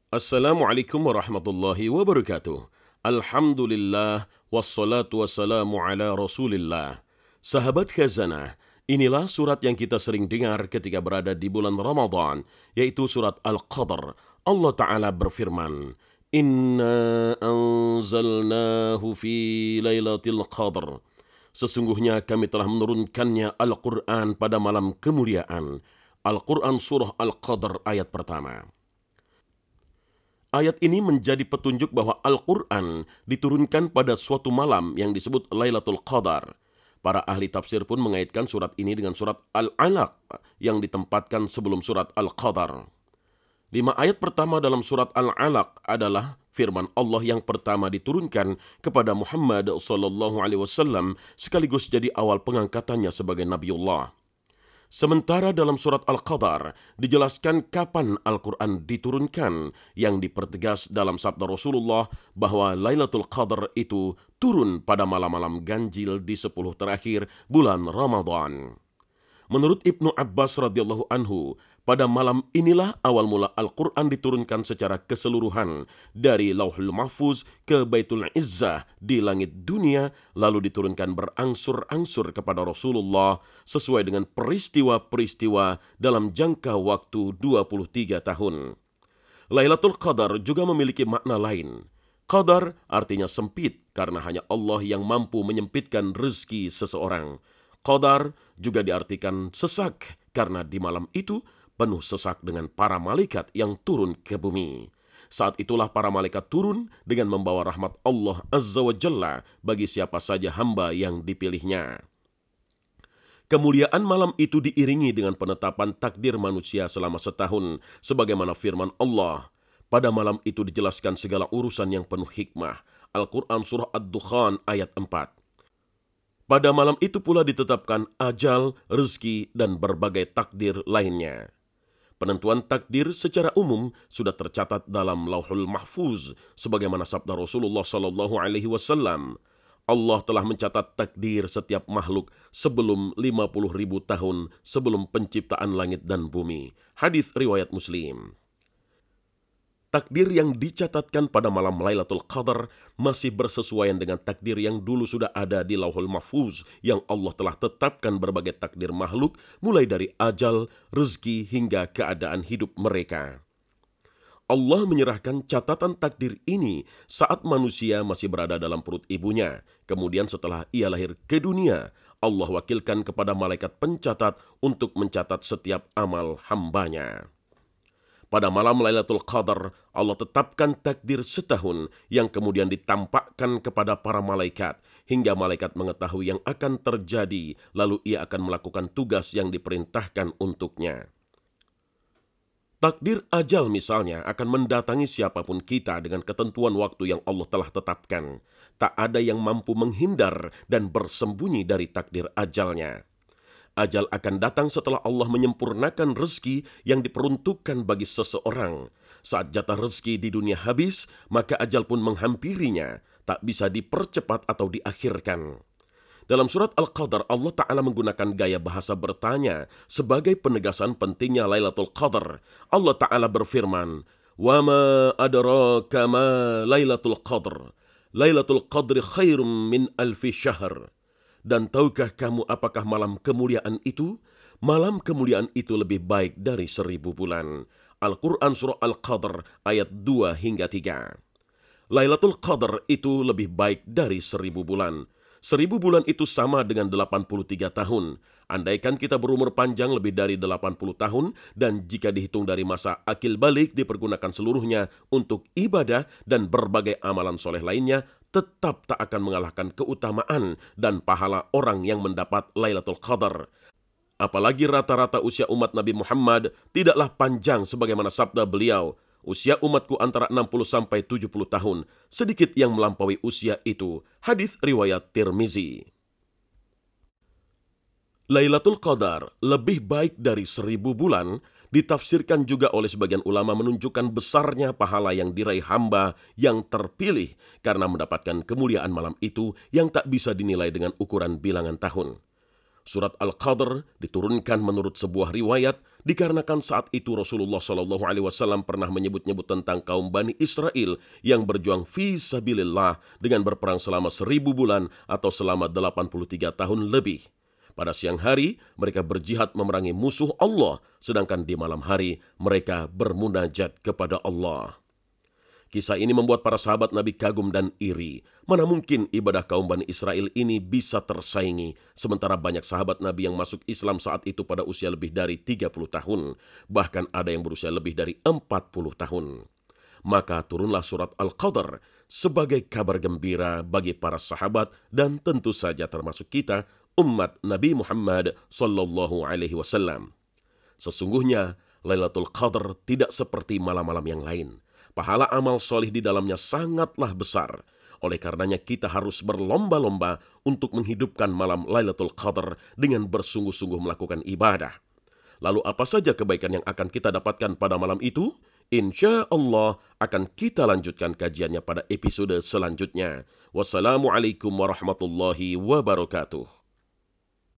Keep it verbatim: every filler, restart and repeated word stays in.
Assalamualaikum warahmatullahi wabarakatuh. Alhamdulillah, wassalatu wassalamu ala rasulillah. Sahabat Khazanah, inilah surat yang kita sering dengar ketika berada di bulan Ramadan, yaitu surat Al-Qadr. Allah Ta'ala berfirman, Inna anzalnahu fi laylatil qadr. Sesungguhnya kami telah menurunkannya Al-Quran pada malam kemuliaan. Al-Quran surah Al-Qadr ayat pertama. Ayat ini menjadi petunjuk bahwa Al-Quran diturunkan pada suatu malam yang disebut Lailatul Qadar. Para ahli tafsir pun mengaitkan surat ini dengan surat Al-Alaq yang ditempatkan sebelum surat Al-Qadar. Lima ayat pertama dalam surat Al-Alaq adalah firman Allah yang pertama diturunkan kepada Muhammad sallallahu alaihi wasallam sekaligus jadi awal pengangkatannya sebagai Nabiullah. Sementara dalam surat Al-Qadar dijelaskan kapan Al-Quran diturunkan yang dipertegas dalam sabda Rasulullah bahwa Lailatul Qadar itu turun pada malam-malam ganjil di sepuluh terakhir bulan Ramadan. Menurut Ibnu Abbas radhiyallahu anhu, pada malam inilah awal mula Al-Quran diturunkan secara keseluruhan dari Lauhul Mahfuz ke Baitul Izzah di langit dunia, lalu diturunkan berangsur-angsur kepada Rasulullah sesuai dengan peristiwa-peristiwa dalam jangka waktu dua puluh tiga tahun. Lailatul Qadar juga memiliki makna lain. Qadar artinya sempit karena hanya Allah yang mampu menyempitkan rezeki seseorang. Qadar juga diartikan sesak karena di malam itu penuh sesak dengan para malaikat yang turun ke bumi. Saat itulah para malaikat turun dengan membawa rahmat Allah Azza wa Jalla bagi siapa saja hamba yang dipilihnya. Kemuliaan malam itu diiringi dengan penetapan takdir manusia selama setahun, sebagaimana firman Allah. Pada malam itu dijelaskan segala urusan yang penuh hikmah. Al-Quran Surah Ad-Dukhan ayat empat. Pada malam itu pula ditetapkan ajal, rezeki, dan berbagai takdir lainnya. Penentuan takdir secara umum sudah tercatat dalam Lauhul Mahfuz, sebagaimana sabda Rasulullah sallallahu alaihi wasallam. Allah telah mencatat takdir setiap makhluk sebelum lima puluh ribu tahun sebelum penciptaan langit dan bumi. Hadis riwayat Muslim. Takdir yang dicatatkan pada malam Lailatul Qadar masih bersesuaian dengan takdir yang dulu sudah ada di Lauhul Mahfuz yang Allah telah tetapkan berbagai takdir makhluk mulai dari ajal, rezeki hingga keadaan hidup mereka. Allah menyerahkan catatan takdir ini saat manusia masih berada dalam perut ibunya. Kemudian setelah ia lahir ke dunia, Allah wakilkan kepada malaikat pencatat untuk mencatat setiap amal hambanya. Pada malam Lailatul Qadar, Allah tetapkan takdir setahun yang kemudian ditampakkan kepada para malaikat, hingga malaikat mengetahui yang akan terjadi, lalu ia akan melakukan tugas yang diperintahkan untuknya. Takdir ajal misalnya akan mendatangi siapapun kita dengan ketentuan waktu yang Allah telah tetapkan. Tak ada yang mampu menghindar dan bersembunyi dari takdir ajalnya. Ajal akan datang setelah Allah menyempurnakan rezeki yang diperuntukkan bagi seseorang. Saat jatah rezeki di dunia habis, maka ajal pun menghampirinya, tak bisa dipercepat atau diakhirkan. Dalam surat Al-Qadar, Allah Ta'ala menggunakan gaya bahasa bertanya sebagai penegasan pentingnya Lailatul Qadar. Allah Ta'ala berfirman, "Wa ma adraka ma Lailatul Qadr. Lailatul Qadri khairum min alfi syahr." Dan tahukah kamu apakah malam kemuliaan itu? Malam kemuliaan itu lebih baik dari seribu bulan. Al-Quran Surah Al-Qadr ayat dua hingga tiga. Lailatul Qadr itu lebih baik dari seribu bulan. Seribu bulan itu sama dengan delapan puluh tiga tahun. Andaikan kita berumur panjang lebih dari delapan puluh tahun, dan jika dihitung dari masa akil balik dipergunakan seluruhnya untuk ibadah dan berbagai amalan soleh lainnya, tetap tak akan mengalahkan keutamaan dan pahala orang yang mendapat Lailatul Qadar. Apalagi rata-rata usia umat Nabi Muhammad tidaklah panjang sebagaimana sabda beliau, usia umatku antara enam puluh sampai tujuh puluh tahun, sedikit yang melampaui usia itu. Hadis riwayat Tirmizi. Lailatul Qadar lebih baik dari seribu bulan ditafsirkan juga oleh sebagian ulama menunjukkan besarnya pahala yang diraih hamba yang terpilih karena mendapatkan kemuliaan malam itu yang tak bisa dinilai dengan ukuran bilangan tahun. Surat Al-Qadr diturunkan menurut sebuah riwayat dikarenakan saat itu Rasulullah Shallallahu Alaihi Wasallam pernah menyebut-nyebut tentang kaum Bani Israel yang berjuang fi sabilillah dengan berperang selama seribu bulan atau selama delapan puluh tiga tahun lebih. Pada siang hari mereka berjihad memerangi musuh Allah, sedangkan di malam hari mereka bermunajat kepada Allah. Kisah ini membuat para sahabat Nabi kagum dan iri. Mana mungkin ibadah kaum Bani Israel ini bisa tersaingi, sementara banyak sahabat Nabi yang masuk Islam saat itu pada usia lebih dari tiga puluh tahun. Bahkan ada yang berusia lebih dari empat puluh tahun. Maka turunlah surat Al-Qadr sebagai kabar gembira bagi para sahabat dan tentu saja termasuk kita, umat Nabi Muhammad Sallallahu Alaihi Wasallam. Sesungguhnya Lailatul Qadar tidak seperti malam-malam yang lain. Pahala amal solih di dalamnya sangatlah besar. Oleh karenanya kita harus berlomba-lomba untuk menghidupkan malam Lailatul Qadar dengan bersungguh-sungguh melakukan ibadah. Lalu apa saja kebaikan yang akan kita dapatkan pada malam itu? Insya Allah akan kita lanjutkan kajiannya pada episode selanjutnya. Wassalamualaikum warahmatullahi wabarakatuh.